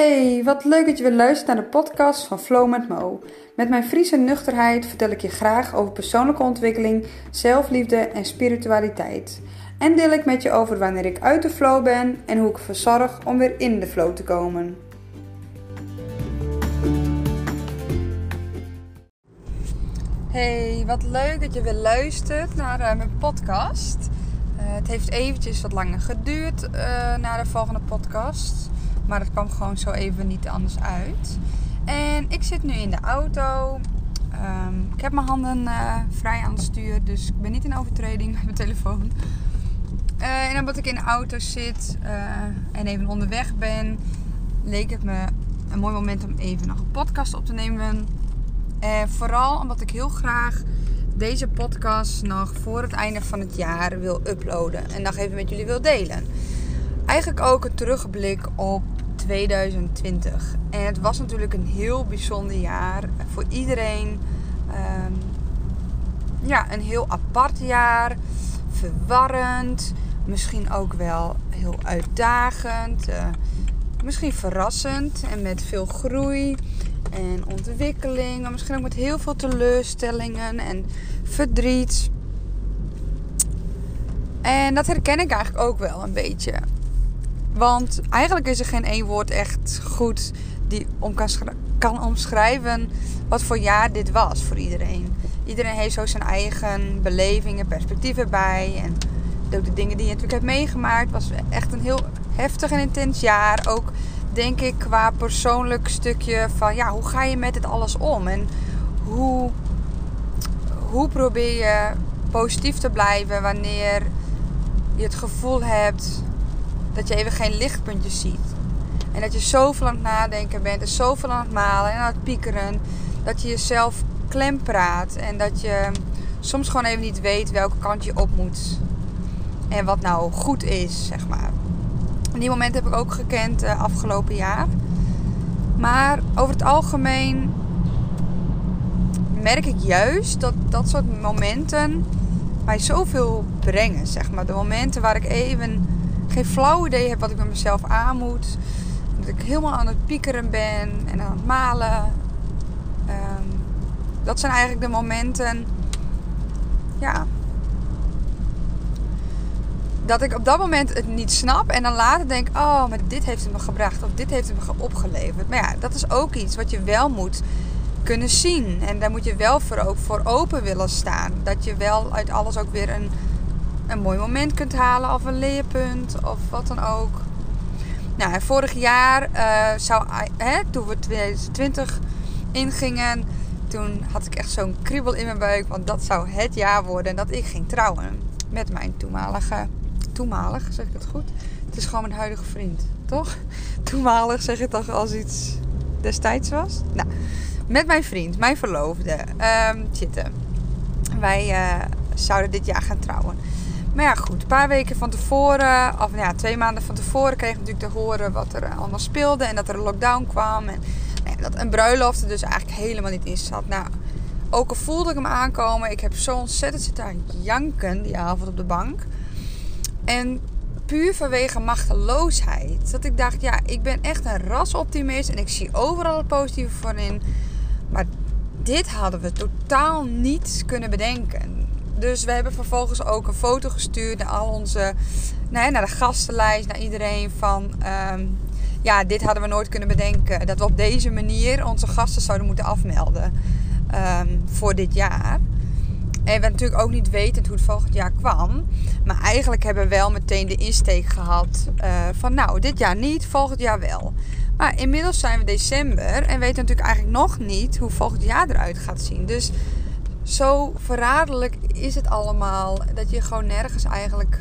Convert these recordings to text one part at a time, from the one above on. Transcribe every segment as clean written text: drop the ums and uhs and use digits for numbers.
Hey, wat leuk dat je weer luistert naar de podcast van Flow met Mo. Met mijn Friese nuchterheid vertel ik je graag over persoonlijke ontwikkeling, zelfliefde en spiritualiteit. En deel ik met je over wanneer ik uit de flow ben en hoe ik ervoor zorg om weer in de flow te komen. Hey, wat leuk dat je weer luistert naar mijn podcast. Het heeft eventjes wat langer geduurd naar de volgende podcast. Maar het kwam gewoon zo even niet anders uit. En ik zit nu in de auto. Ik heb mijn handen vrij aan het stuur. Dus ik ben niet in overtreding met mijn telefoon. En omdat ik in de auto zit en even onderweg ben, leek het me een mooi moment om even nog een podcast op te nemen. Vooral omdat ik heel graag deze podcast nog voor het einde van het jaar wil uploaden. En nog even met jullie wil delen. Eigenlijk ook een terugblik op 2020. En het was natuurlijk een heel bijzonder jaar. Voor iedereen. Een heel apart jaar. Verwarrend. Misschien ook wel heel uitdagend. Misschien verrassend. En met veel groei. En ontwikkeling. Maar misschien ook met heel veel teleurstellingen. En verdriet. En dat herken ik eigenlijk ook wel een beetje. Want eigenlijk is er geen één woord echt goed die kan omschrijven wat voor jaar dit was voor iedereen. Iedereen heeft zo zijn eigen belevingen, perspectieven bij. En ook de dingen die je natuurlijk hebt meegemaakt. Het was echt een heel heftig en intens jaar. Ook denk ik qua persoonlijk stukje van hoe ga je met dit alles om? En hoe probeer je positief te blijven wanneer je het gevoel hebt dat je even geen lichtpuntjes ziet. En dat je zoveel aan het nadenken bent. En zoveel aan het malen en aan het piekeren. Dat je jezelf klem praat. En dat je soms gewoon even niet weet welke kant je op moet. En wat nou goed is, zeg maar. En die momenten heb ik ook gekend afgelopen jaar. Maar over het algemeen merk ik juist dat soort momenten mij zoveel brengen, zeg maar. De momenten waar ik even geen flauw idee heb wat ik met mezelf aan moet. Dat ik helemaal aan het piekeren ben en aan het malen. Dat zijn eigenlijk de momenten. Dat ik op dat moment het niet snap. En dan later denk, maar dit heeft het me gebracht. Of dit heeft het me opgeleverd. Maar dat is ook iets wat je wel moet kunnen zien. En daar moet je wel voor open willen staan. Dat je wel uit alles ook weer een mooi moment kunt halen of een leerpunt of wat dan ook. Nou, vorig jaar toen we 2020 ingingen, toen had ik echt zo'n kriebel in mijn buik, want dat zou het jaar worden en dat ik ging trouwen met mijn toenmalig, zeg ik dat goed? Het is gewoon mijn huidige vriend, toch? Toenmalig zeg ik toch als iets destijds was? Nou, met mijn vriend, mijn verloofde, wij zouden dit jaar gaan trouwen. Maar goed, een paar weken van tevoren, 2 maanden van tevoren, kreeg ik natuurlijk te horen wat er allemaal speelde. En dat er een lockdown kwam. En dat een bruiloft er dus eigenlijk helemaal niet in zat. Nou, ook al voelde ik hem aankomen. Ik heb zo ontzettend zitten janken die avond op de bank. En puur vanwege machteloosheid. Dat ik dacht, ik ben echt een rasoptimist. En ik zie overal het positieve voor in. Maar dit hadden we totaal niet kunnen bedenken. Dus we hebben vervolgens ook een foto gestuurd naar al onze, naar de gastenlijst, naar iedereen van, dit hadden we nooit kunnen bedenken. Dat we op deze manier onze gasten zouden moeten afmelden voor dit jaar. En we natuurlijk ook niet weten hoe het volgend jaar kwam. Maar eigenlijk hebben we wel meteen de insteek gehad van dit jaar niet, volgend jaar wel. Maar inmiddels zijn we december en weten natuurlijk eigenlijk nog niet hoe volgend jaar eruit gaat zien. Dus zo verraderlijk is het allemaal dat je gewoon nergens eigenlijk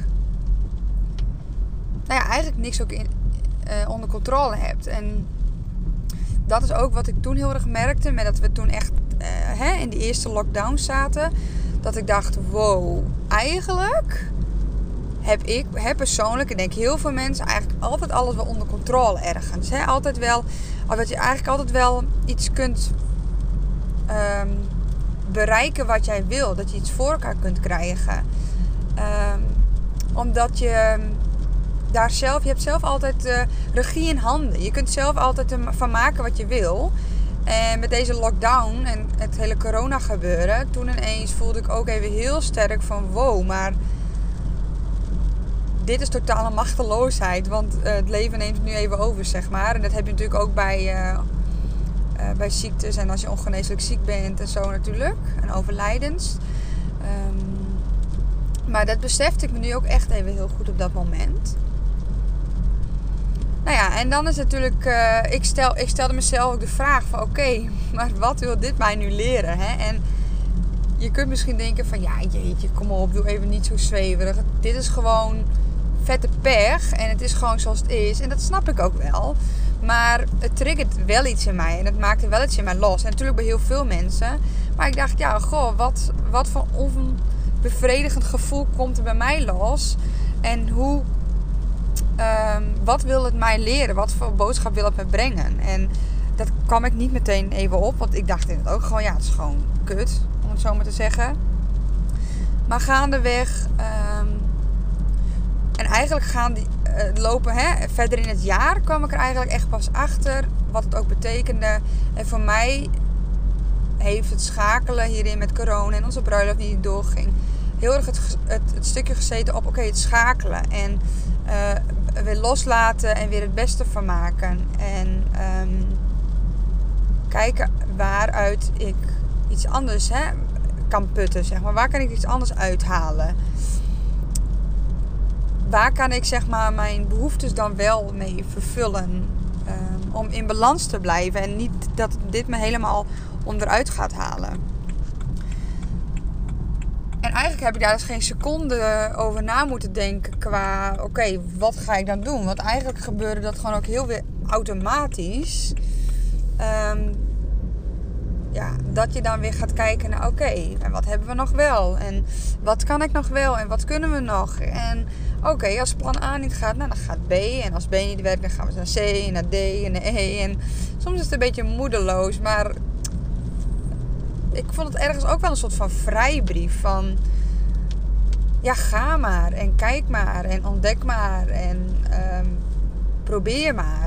niks ook onder controle hebt. En dat is ook wat ik toen heel erg merkte, met dat we toen echt in die eerste lockdown zaten. Dat ik dacht, wow, eigenlijk heb persoonlijk, en denk heel veel mensen, eigenlijk altijd alles wel onder controle ergens. Altijd wel, dat je eigenlijk altijd wel iets kunt bereiken wat jij wil. Dat je iets voor elkaar kunt krijgen. Omdat je je hebt zelf altijd regie in handen. Je kunt zelf altijd van maken wat je wil. En met deze lockdown en het hele corona gebeuren, toen ineens voelde ik ook even heel sterk van wow, maar dit is totale machteloosheid. Want het leven neemt het nu even over, zeg maar. En dat heb je natuurlijk ook bij ziektes en als je ongeneeslijk ziek bent en zo natuurlijk. En overlijdens. Maar dat besefte ik me nu ook echt even heel goed op dat moment. Nou ja, en dan is natuurlijk, ik stelde mezelf ook de vraag van oké, maar wat wil dit mij nu leren? Hè? En je kunt misschien denken van ja, jeetje, kom op, doe even niet zo zweverig. Dit is gewoon vette pech en het is gewoon zoals het is. En dat snap ik ook wel. Maar het triggert wel iets in mij en het maakte wel iets in mij los. En natuurlijk bij heel veel mensen. Maar ik dacht, ja, goh, wat voor onbevredigend gevoel komt er bij mij los? En wat wil het mij leren? Wat voor boodschap wil het me brengen? En dat kwam ik niet meteen even op. Want ik dacht inderdaad ook gewoon, ja, het is gewoon kut. Om het zo maar te zeggen. Maar gaandeweg. En eigenlijk lopen verder in het jaar kwam ik er eigenlijk echt pas achter. Wat het ook betekende. En voor mij heeft het schakelen hierin met corona en onze bruiloft die niet doorging. Heel erg het stukje gezeten op het schakelen. En weer loslaten en weer het beste van maken. En kijken waaruit ik iets anders kan putten. Zeg maar. Waar kan ik iets anders uithalen? Waar kan ik zeg maar mijn behoeftes dan wel mee vervullen? Om in balans te blijven. En niet dat dit me helemaal onderuit gaat halen. En eigenlijk heb ik daar dus geen seconde over na moeten denken qua oké, wat ga ik dan doen? Want eigenlijk gebeurde dat gewoon ook heel weer automatisch. Dat je dan weer gaat kijken naar oké, en wat hebben we nog wel? En wat kan ik nog wel? En wat kunnen we nog? En oké, als plan A niet gaat, nou, dan gaat B. En als B niet werkt, dan gaan we naar C en naar D en naar E. En soms is het een beetje moedeloos, maar ik vond het ergens ook wel een soort van vrijbrief van ja, ga maar en kijk maar en ontdek maar en probeer maar.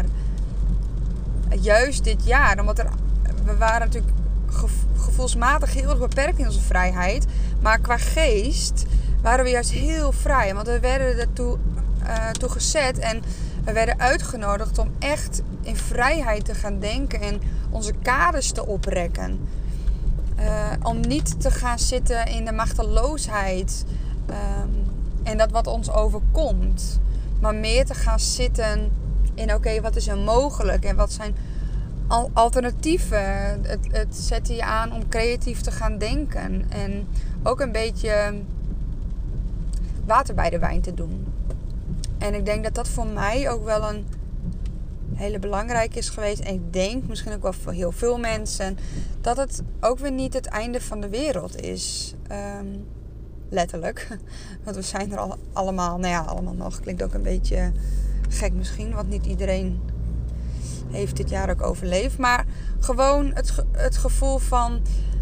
Juist dit jaar, omdat we waren natuurlijk gevoelsmatig heel erg beperkt in onze vrijheid, maar qua geest waren we juist heel vrij, want we werden ertoe gezet en we werden uitgenodigd om echt in vrijheid te gaan denken en onze kaders te oprekken. Om niet te gaan zitten in de machteloosheid en dat wat ons overkomt. Maar meer te gaan zitten in oké, wat is er mogelijk en wat zijn alternatieven. Het zet je aan om creatief te gaan denken. En ook een beetje water bij de wijn te doen. En ik denk dat dat voor mij ook wel een hele belangrijk is geweest. En ik denk misschien ook wel voor heel veel mensen dat het ook weer niet het einde van de wereld is. Letterlijk. Want we zijn er allemaal, nou ja, allemaal nog. Klinkt ook een beetje gek misschien, want niet iedereen heeft dit jaar ook overleefd. Maar gewoon het gevoel van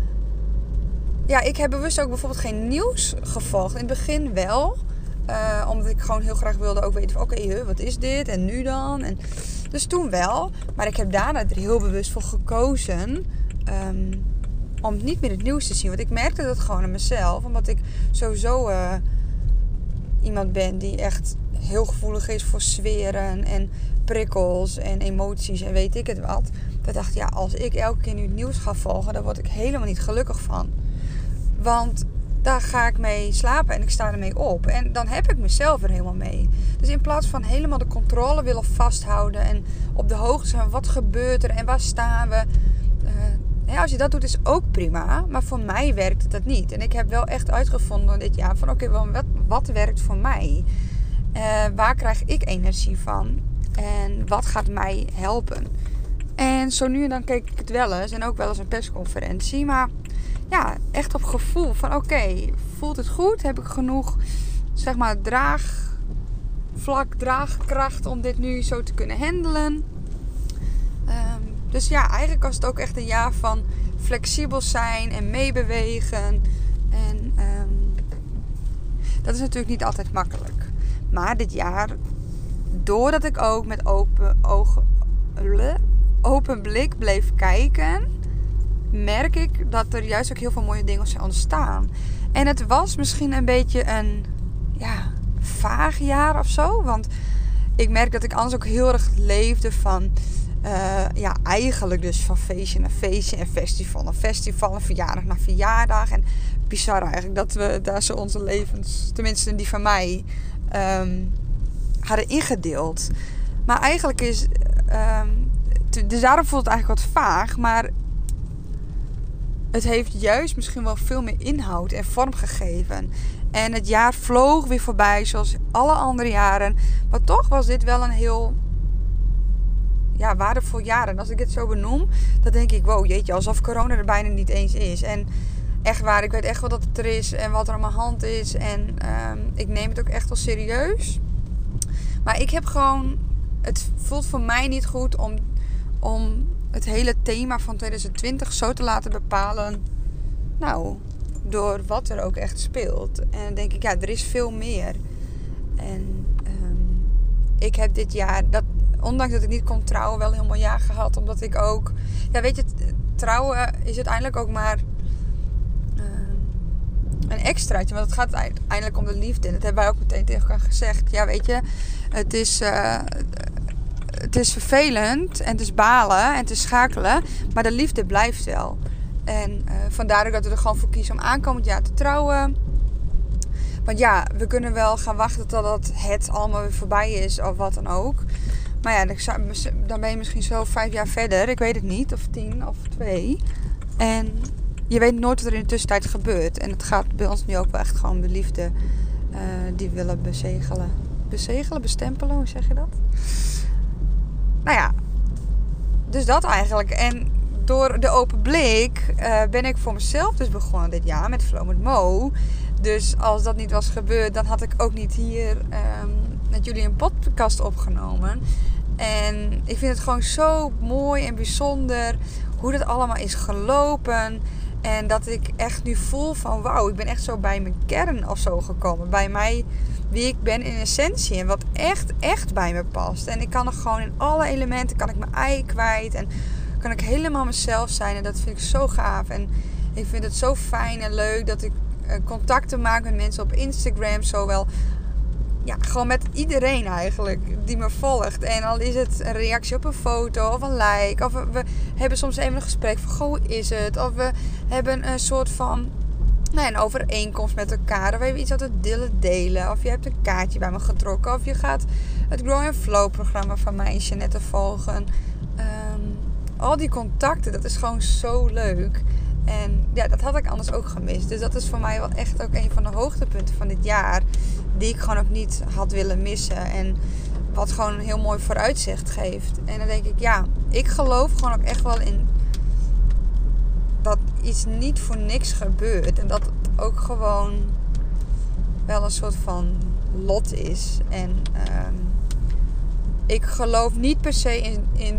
ja, ik heb bewust ook bijvoorbeeld geen nieuws gevolgd. In het begin wel. Omdat ik gewoon heel graag wilde ook weten van oké, wat is dit? En nu dan? En dus toen wel. Maar ik heb daarna er heel bewust voor gekozen om niet meer het nieuws te zien. Want ik merkte dat gewoon aan mezelf. Omdat ik sowieso iemand ben die echt heel gevoelig is voor sferen en prikkels en emoties en weet ik het wat. Dat dacht ja, als ik elke keer nu het nieuws ga volgen, dan word ik helemaal niet gelukkig van. Want daar ga ik mee slapen en ik sta ermee op. En dan heb ik mezelf er helemaal mee. Dus in plaats van helemaal de controle willen vasthouden en op de hoogte zijn, wat gebeurt er en waar staan we? Als je dat doet is ook prima, maar voor mij werkt dat niet. En ik heb wel echt uitgevonden dit jaar van oké, wat werkt voor mij? Waar krijg ik energie van? En wat gaat mij helpen? En zo nu en dan keek ik het wel eens. En ook wel eens een persconferentie. Maar ja, echt op gevoel van oké, voelt het goed? Heb ik genoeg, zeg maar, draagkracht om dit nu zo te kunnen handelen? Dus ja, eigenlijk was het ook echt een jaar van flexibel zijn en meebewegen. En dat is natuurlijk niet altijd makkelijk. Maar dit jaar doordat ik ook met open blik bleef kijken, merk ik dat er juist ook heel veel mooie dingen zijn ontstaan. En het was misschien een beetje een vaag jaar of zo. Want ik merk dat ik anders ook heel erg leefde van eigenlijk dus van feestje naar feestje en festival naar festival en verjaardag naar verjaardag. En bizar eigenlijk dat we daar zo onze levens, tenminste die van mij, hadden ingedeeld. Maar eigenlijk is dus daarom voelt het eigenlijk wat vaag, maar het heeft juist misschien wel veel meer inhoud en vorm gegeven. En het jaar vloog weer voorbij zoals alle andere jaren. Maar toch was dit wel een heel waardevol jaar. En als ik het zo benoem, dan denk ik, wow, jeetje, alsof corona er bijna niet eens is. En echt waar, ik weet echt wel dat het er is en wat er aan mijn hand is. En ik neem het ook echt wel serieus. Maar ik heb gewoon, het voelt voor mij niet goed om het hele thema van 2020 zo te laten bepalen. Nou, door wat er ook echt speelt. En dan denk ik, er is veel meer. En ik heb dit jaar, ondanks dat ik niet kon trouwen, wel een heel mooi jaar gehad. Omdat ik ook, trouwen is uiteindelijk ook maar een extraatje. Want het gaat uiteindelijk om de liefde. En dat hebben wij ook meteen tegen elkaar gezegd. Ja, weet je, het is vervelend en het is balen en het is schakelen. Maar de liefde blijft wel. En vandaar ook dat we er gewoon voor kiezen om aankomend jaar te trouwen. Want we kunnen wel gaan wachten totdat het allemaal weer voorbij is of wat dan ook. Maar dan ben je misschien zo 5 jaar verder. Ik weet het niet. Of 10 of 2. En je weet nooit wat er in de tussentijd gebeurt. En het gaat bij ons nu ook wel echt gewoon om de liefde die we willen bezegelen. Bezegelen, bestempelen, hoe zeg je dat? Nou ja, dus dat eigenlijk. En door de open blik ben ik voor mezelf dus begonnen dit jaar met Flow met Mo. Dus als dat niet was gebeurd, dan had ik ook niet hier met jullie een podcast opgenomen. En ik vind het gewoon zo mooi en bijzonder hoe dat allemaal is gelopen. En dat ik echt nu voel van wauw, ik ben echt zo bij mijn kern of zo gekomen. Bij mij, wie ik ben in essentie en wat echt bij me past. En ik kan er gewoon in alle elementen, kan ik mijn ei kwijt en kan ik helemaal mezelf zijn. En dat vind ik zo gaaf. En ik vind het zo fijn en leuk dat ik contacten maak met mensen op Instagram. Zowel gewoon met iedereen eigenlijk die me volgt. En al is het een reactie op een foto of een like. Of we hebben soms even een gesprek van hoe is het? Of we hebben een soort van een overeenkomst met elkaar. Of we hebben iets uit het delen. Of je hebt een kaartje bij me getrokken. Of je gaat het Grow and Flow programma van mij en Jeanette volgen. Al die contacten, dat is gewoon zo leuk. En dat had ik anders ook gemist. Dus dat is voor mij wel echt ook een van de hoogtepunten van dit jaar. Die ik gewoon ook niet had willen missen. En wat gewoon een heel mooi vooruitzicht geeft. En dan denk ik, ik geloof gewoon ook echt wel in dat iets niet voor niks gebeurt. En dat het ook gewoon wel een soort van lot is. En ik geloof niet per se in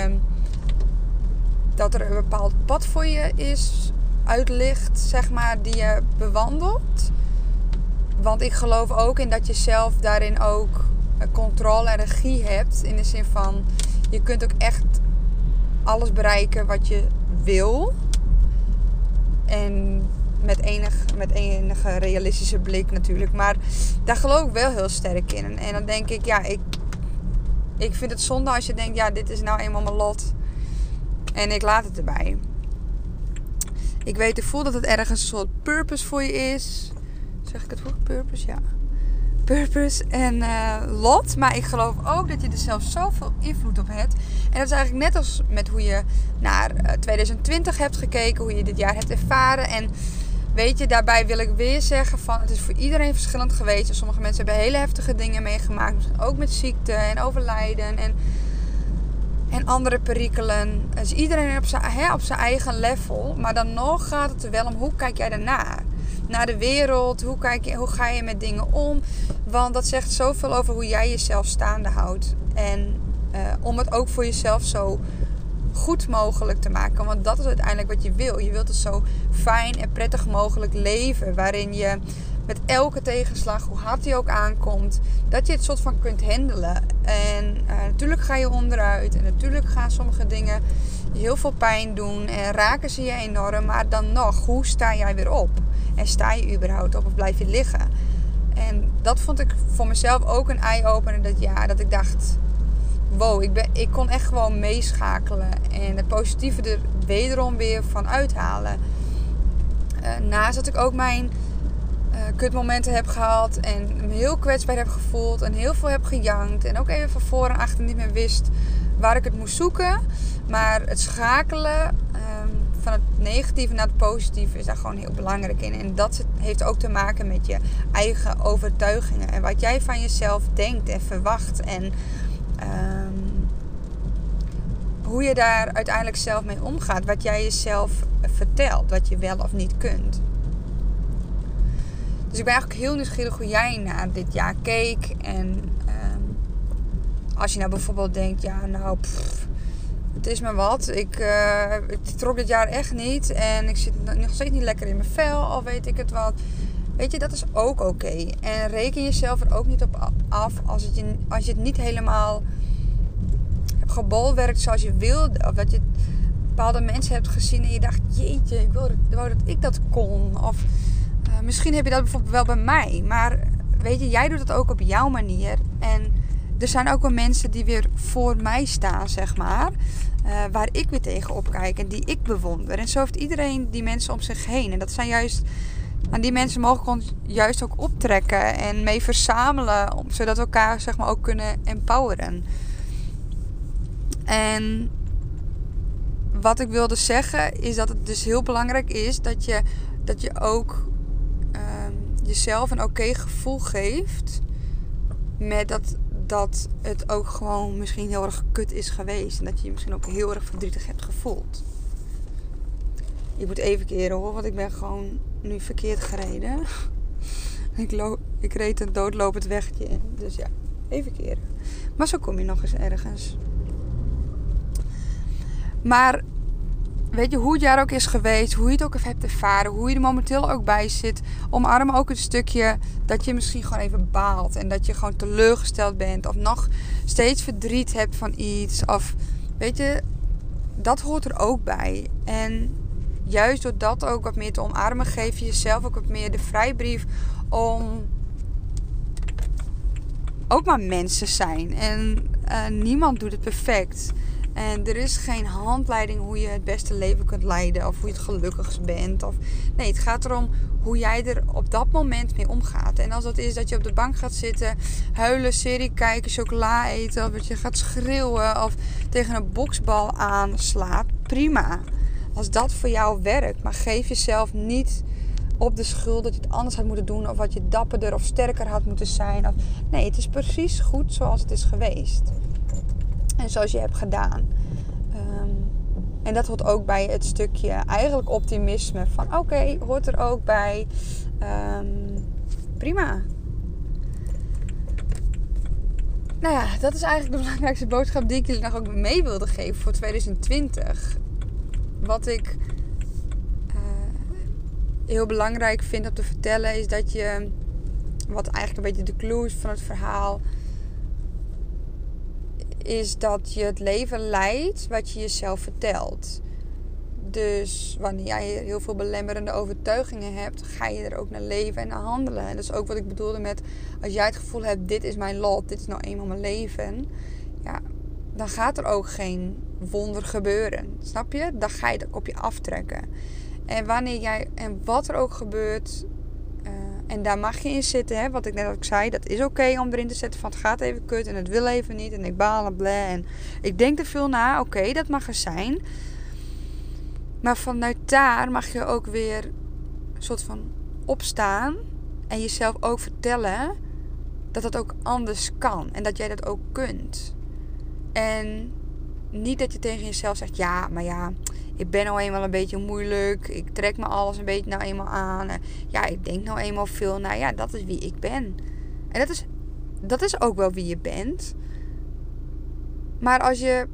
dat er een bepaald pad voor je uitlicht, zeg maar, die je bewandelt. Want ik geloof ook in dat je zelf daarin ook controle en regie hebt. In de zin van, je kunt ook echt alles bereiken wat je wil. En met enige realistische blik natuurlijk. Maar daar geloof ik wel heel sterk in. En dan denk ik, ik vind het zonde als je denkt, dit is nou eenmaal mijn lot. En ik laat het erbij. Ik voel dat het ergens een soort purpose voor je is. Zeg ik het goed? Purpose, ja. Purpose en lot. Maar ik geloof ook dat je er zelf zoveel invloed op hebt. En dat is eigenlijk net als met hoe je naar 2020 hebt gekeken. Hoe je dit jaar hebt ervaren. En weet je, daarbij wil ik weer zeggen van het is voor iedereen verschillend geweest. En sommige mensen hebben hele heftige dingen meegemaakt. Misschien ook met ziekte en overlijden. En andere perikelen. Dus iedereen op zijn eigen level. Maar dan nog gaat het er wel om hoe kijk jij daarnaar. Naar de wereld. Hoe ga je met dingen om. Want dat zegt zoveel over hoe jij jezelf staande houdt. En om het ook voor jezelf zo goed mogelijk te maken. Want dat is uiteindelijk wat je wil. Je wilt het zo fijn en prettig mogelijk leven. Waarin je met elke tegenslag, hoe hard die ook aankomt, dat je het soort van kunt handelen. En natuurlijk ga je onderuit en natuurlijk gaan sommige dingen je heel veel pijn doen en raken ze je enorm. Maar dan nog, hoe sta jij weer op? En sta je überhaupt op of blijf je liggen? En dat vond ik voor mezelf ook een eye-opener dat ik dacht, wow, ik kon echt gewoon meeschakelen en het positieve er wederom weer van uithalen. Naast dat ik ook mijn kutmomenten heb gehad en me heel kwetsbaar heb gevoeld en heel veel heb gejankt en ook even van voor en achter niet meer wist waar ik het moest zoeken. Maar het schakelen van het negatieve naar het positieve is daar gewoon heel belangrijk in. En dat heeft ook te maken met je eigen overtuigingen en wat jij van jezelf denkt en verwacht en hoe je daar uiteindelijk zelf mee omgaat. Wat jij jezelf vertelt, wat je wel of niet kunt. Dus ik ben eigenlijk heel nieuwsgierig hoe jij naar dit jaar keek. En als je nou bijvoorbeeld denkt, ja nou, het is maar wat. Het trok dit jaar echt niet. En ik zit nog steeds niet lekker in mijn vel, al weet ik het wat. Weet je, dat is ook oké. En reken jezelf er ook niet op af als je het niet helemaal hebt gebolwerkt zoals je wilde. Of dat je bepaalde mensen hebt gezien en je dacht, jeetje, ik wou dat ik dat kon. Of misschien heb je dat bijvoorbeeld wel bij mij. Maar weet je, jij doet het ook op jouw manier. En er zijn ook wel mensen die weer voor mij staan, zeg maar. Waar ik weer tegen opkijk en die ik bewonder. En zo heeft iedereen die mensen om zich heen. En dat zijn juist, aan die mensen mogen we ons juist ook optrekken en mee verzamelen. Zodat we elkaar, zeg maar, ook kunnen empoweren. En wat ik wilde zeggen is dat het dus heel belangrijk is dat je ook jezelf een oké gevoel geeft met dat het ook gewoon misschien heel erg kut is geweest. En dat je je misschien ook heel erg verdrietig hebt gevoeld. Ik moet even keren hoor, want ik ben gewoon nu verkeerd gereden. Ik reed een doodlopend wegje in. Dus ja, even keren. Maar zo kom je nog eens ergens. Maar weet je, hoe het jaar ook is geweest, hoe je het ook hebt ervaren, hoe je er momenteel ook bij zit, omarm ook het stukje dat je misschien gewoon even baalt en dat je gewoon teleurgesteld bent of nog steeds verdriet hebt van iets. Of weet je, dat hoort er ook bij. En juist door dat ook wat meer te omarmen, geef je jezelf ook wat meer de vrijbrief om ook maar mensen te zijn. En niemand doet het perfect. En er is geen handleiding hoe je het beste leven kunt leiden. Of hoe je het gelukkigst bent. Nee, het gaat erom hoe jij er op dat moment mee omgaat. En als dat is dat je op de bank gaat zitten, huilen, serie kijken, chocola eten. Of dat je gaat schreeuwen of tegen een boksbal aanslaat. Prima. Als dat voor jou werkt. Maar geef jezelf niet op de schuld dat je het anders had moeten doen. Of wat je dapperder of sterker had moeten zijn. Nee, het is precies goed zoals het is geweest. En zoals je hebt gedaan. En dat hoort ook bij het stukje eigenlijk optimisme. Van oké, hoort er ook bij. Prima. Nou ja, dat is eigenlijk de belangrijkste boodschap die ik jullie nog ook mee wilde geven voor 2020. Wat ik heel belangrijk vind om te vertellen is dat je, wat eigenlijk een beetje de clue is van het verhaal, is dat je het leven leidt wat je jezelf vertelt. Dus wanneer jij heel veel belemmerende overtuigingen hebt, ga je er ook naar leven en naar handelen. En dat is ook wat ik bedoelde met, als jij het gevoel hebt, dit is mijn lot, dit is nou eenmaal mijn leven. Ja, dan gaat er ook geen wonder gebeuren. Snap je? Dan ga je het op je aftrekken. En wanneer jij, en wat er ook gebeurt, en daar mag je in zitten, hè, wat ik net ook zei, dat is oké om erin te zetten van het gaat even kut en het wil even niet en ik baal en bleh en ik denk er veel na, oké, dat mag er zijn. Maar vanuit daar mag je ook weer een soort van opstaan en jezelf ook vertellen dat het ook anders kan en dat jij dat ook kunt. En niet dat je tegen jezelf zegt, ja, maar ja, ik ben nou eenmaal een beetje moeilijk. Ik trek me alles een beetje nou eenmaal aan. Ja, ik denk nou eenmaal veel. Nou ja, dat is wie ik ben. En dat is ook wel wie je bent. Maar als je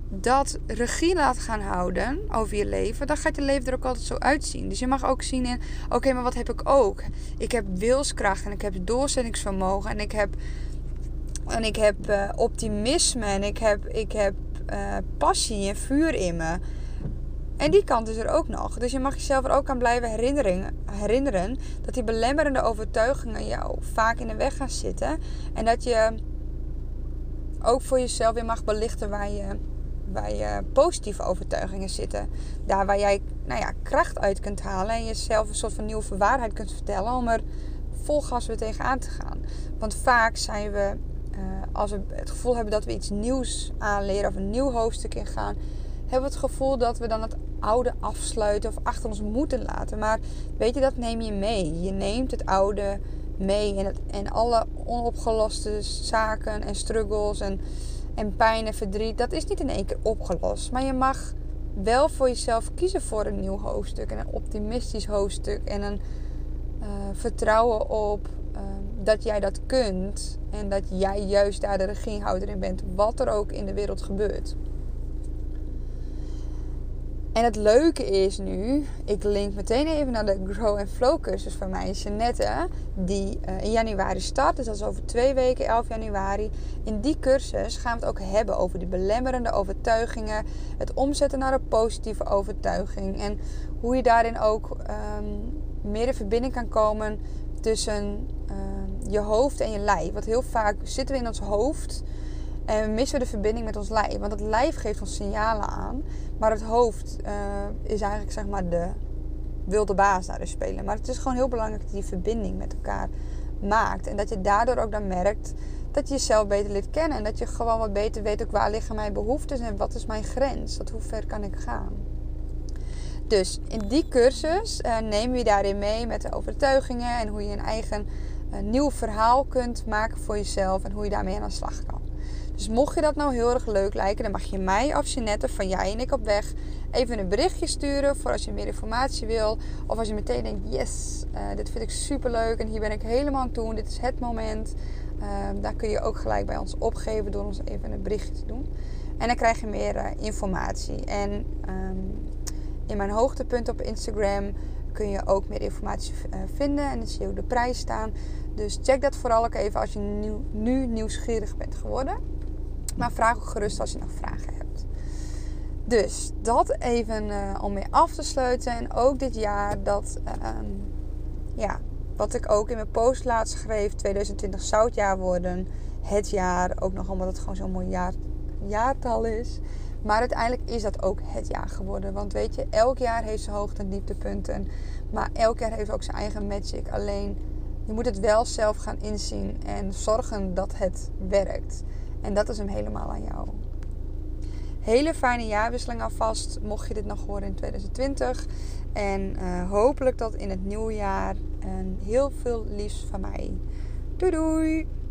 dat regie laat gaan houden over je leven, dan gaat je leven er ook altijd zo uitzien. Dus je mag ook zien in, oké, maar wat heb ik ook? Ik heb wilskracht en ik heb doorzettingsvermogen en ik heb optimisme en ik heb passie en vuur in me. En die kant is er ook nog. Dus je mag jezelf er ook aan blijven herinneren dat die belemmerende overtuigingen jou vaak in de weg gaan zitten. En dat je ook voor jezelf weer mag belichten waar je positieve overtuigingen zitten. Daar waar jij kracht uit kunt halen en jezelf een soort van nieuwe waarheid kunt vertellen om er vol gas weer tegenaan te gaan. Want vaak zijn we, als we het gevoel hebben dat we iets nieuws aanleren of een nieuw hoofdstuk ingaan, hebben we het gevoel dat we dan het oude afsluiten of achter ons moeten laten. Maar weet je, dat neem je mee. Je neemt het oude mee en alle onopgeloste zaken en struggles en pijn en verdriet, dat is niet in één keer opgelost. Maar je mag wel voor jezelf kiezen voor een nieuw hoofdstuk en een optimistisch hoofdstuk en een vertrouwen op dat jij dat kunt en dat jij juist daar de regiehouder in bent, wat er ook in de wereld gebeurt. En het leuke is nu, ik link meteen even naar de Grow and Flow cursus van mij, Jeanette, die in januari start. Dus dat is over 2 weken, 11 januari. In die cursus gaan we het ook hebben over die belemmerende overtuigingen. Het omzetten naar een positieve overtuiging. En hoe je daarin ook meer in verbinding kan komen tussen je hoofd en je lijf. Want heel vaak zitten we in ons hoofd en missen we de verbinding met ons lijf. Want het lijf geeft ons signalen aan. Maar het hoofd is eigenlijk zeg maar de wilde baas daar dus spelen. Maar het is gewoon heel belangrijk dat je die verbinding met elkaar maakt. En dat je daardoor ook dan merkt dat je jezelf beter leert kennen. En dat je gewoon wat beter weet ook waar liggen mijn behoeftes en wat is mijn grens. Hoe ver kan ik gaan. Dus in die cursus nemen we je daarin mee met de overtuigingen. En hoe je een eigen nieuw verhaal kunt maken voor jezelf. En hoe je daarmee aan de slag kan. Dus mocht je dat nou heel erg leuk lijken, dan mag je mij of Jeanette van Jij en ik op weg even een berichtje sturen voor als je meer informatie wil. Of als je meteen denkt, yes, dit vind ik super leuk en hier ben ik helemaal aan toe. Dit is het moment. Dan kun je ook gelijk bij ons opgeven door ons even een berichtje te doen. En dan krijg je meer informatie. En in mijn hoogtepunt op Instagram kun je ook meer informatie vinden. En dan zie je ook de prijs staan. Dus check dat vooral ook even als je nu nieuwsgierig bent geworden. Maar vraag ook gerust als je nog vragen hebt. Dus dat even om mee af te sluiten. En ook dit jaar dat, wat ik ook in mijn post laatst schreef. 2020 zou het jaar worden. Het jaar. Ook nog omdat het gewoon zo'n mooi jaartal is. Maar uiteindelijk is dat ook het jaar geworden. Want weet je, elk jaar heeft zijn hoogte- en dieptepunten. Maar elk jaar heeft ook zijn eigen magic. Alleen, je moet het wel zelf gaan inzien. En zorgen dat het werkt. En dat is hem helemaal aan jou. Hele fijne jaarwisseling alvast. Mocht je dit nog horen in 2020. En hopelijk tot in het nieuwe jaar. En heel veel liefs van mij. Doei doei!